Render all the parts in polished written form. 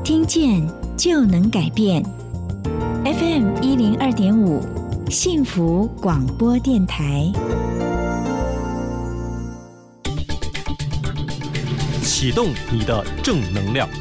听见就能改变。FM 102.5幸福广播电台， 启动你的正能量。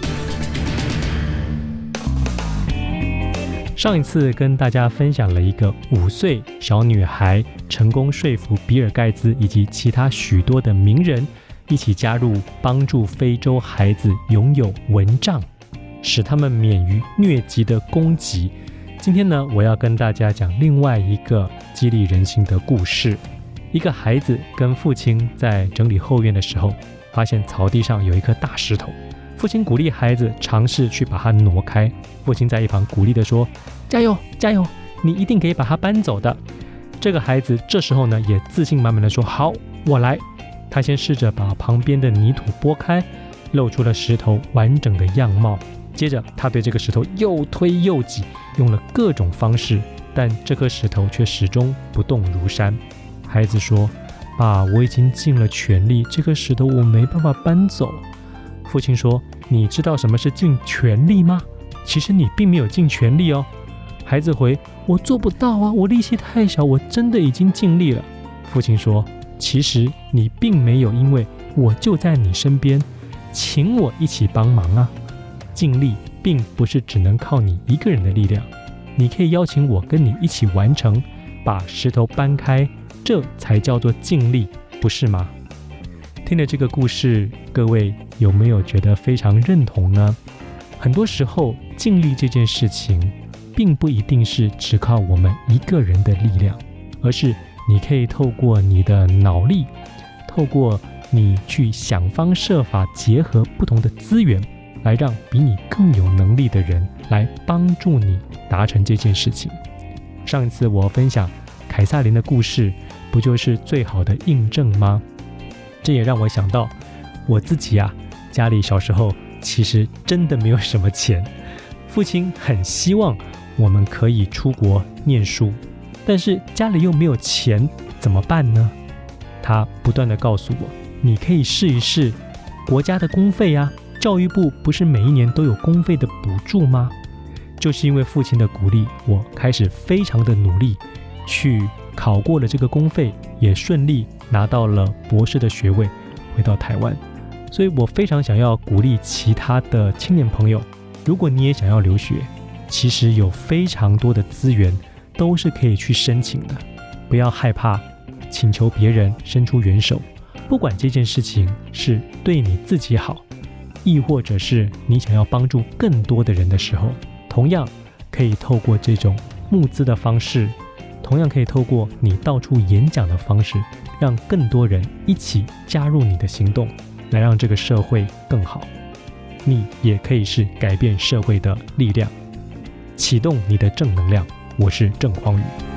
上一次跟大家分享了一个5岁小女孩成功说服比尔盖茨以及其他许多的名人一起加入帮助非洲孩子拥有蚊帐，使他们免于疟疾的攻击。今天呢，我要跟大家讲另外一个激励人心的故事。一个孩子跟父亲在整理后院的时候，发现草地上有一颗大石头，父亲鼓励孩子尝试去把它挪开。父亲在一旁鼓励地说：加油加油，你一定可以把它搬走的。这个孩子这时候呢，也自信满满地说：好，我来。他先试着把旁边的泥土拨开，露出了石头完整的样貌。接着他对这个石头又推又挤，用了各种方式，但这颗石头却始终不动如山。孩子说：爸，我已经尽了全力，这颗石头我没办法搬走。父亲说：你知道什么是尽全力吗？其实你并没有尽全力哦。孩子回：我做不到啊，我力气太小，我真的已经尽力了。父亲说：其实你并没有，因为我就在你身边，请我一起帮忙啊。尽力并不是只能靠你一个人的力量，你可以邀请我跟你一起完成，把石头搬开，这才叫做尽力，不是吗？听了这个故事，各位有没有觉得非常认同呢？很多时候尽力这件事情并不一定是只靠我们一个人的力量，而是你可以透过你的脑力，透过你去想方设法结合不同的资源，来让比你更有能力的人来帮助你达成这件事情。上一次我分享凯撒琳的故事，不就是最好的印证吗？这也让我想到我自己啊，家里小时候其实真的没有什么钱，父亲很希望我们可以出国念书，但是家里又没有钱，怎么办呢？他不断地告诉我，你可以试一试国家的公费啊，教育部不是每一年都有公费的补助吗？就是因为父亲的鼓励，我开始非常的努力，去考过了这个公费，也顺利拿到了博士的学位，回到台湾。所以我非常想要鼓励其他的青年朋友，如果你也想要留学，其实有非常多的资源都是可以去申请的，不要害怕请求别人伸出援手。不管这件事情是对你自己好，亦或者是你想要帮助更多的人的时候，同样可以透过这种募资的方式，同样可以透过你到处演讲的方式，让更多人一起加入你的行动，来让这个社会更好。你也可以是改变社会的力量，启动你的正能量。我是郑匡宇。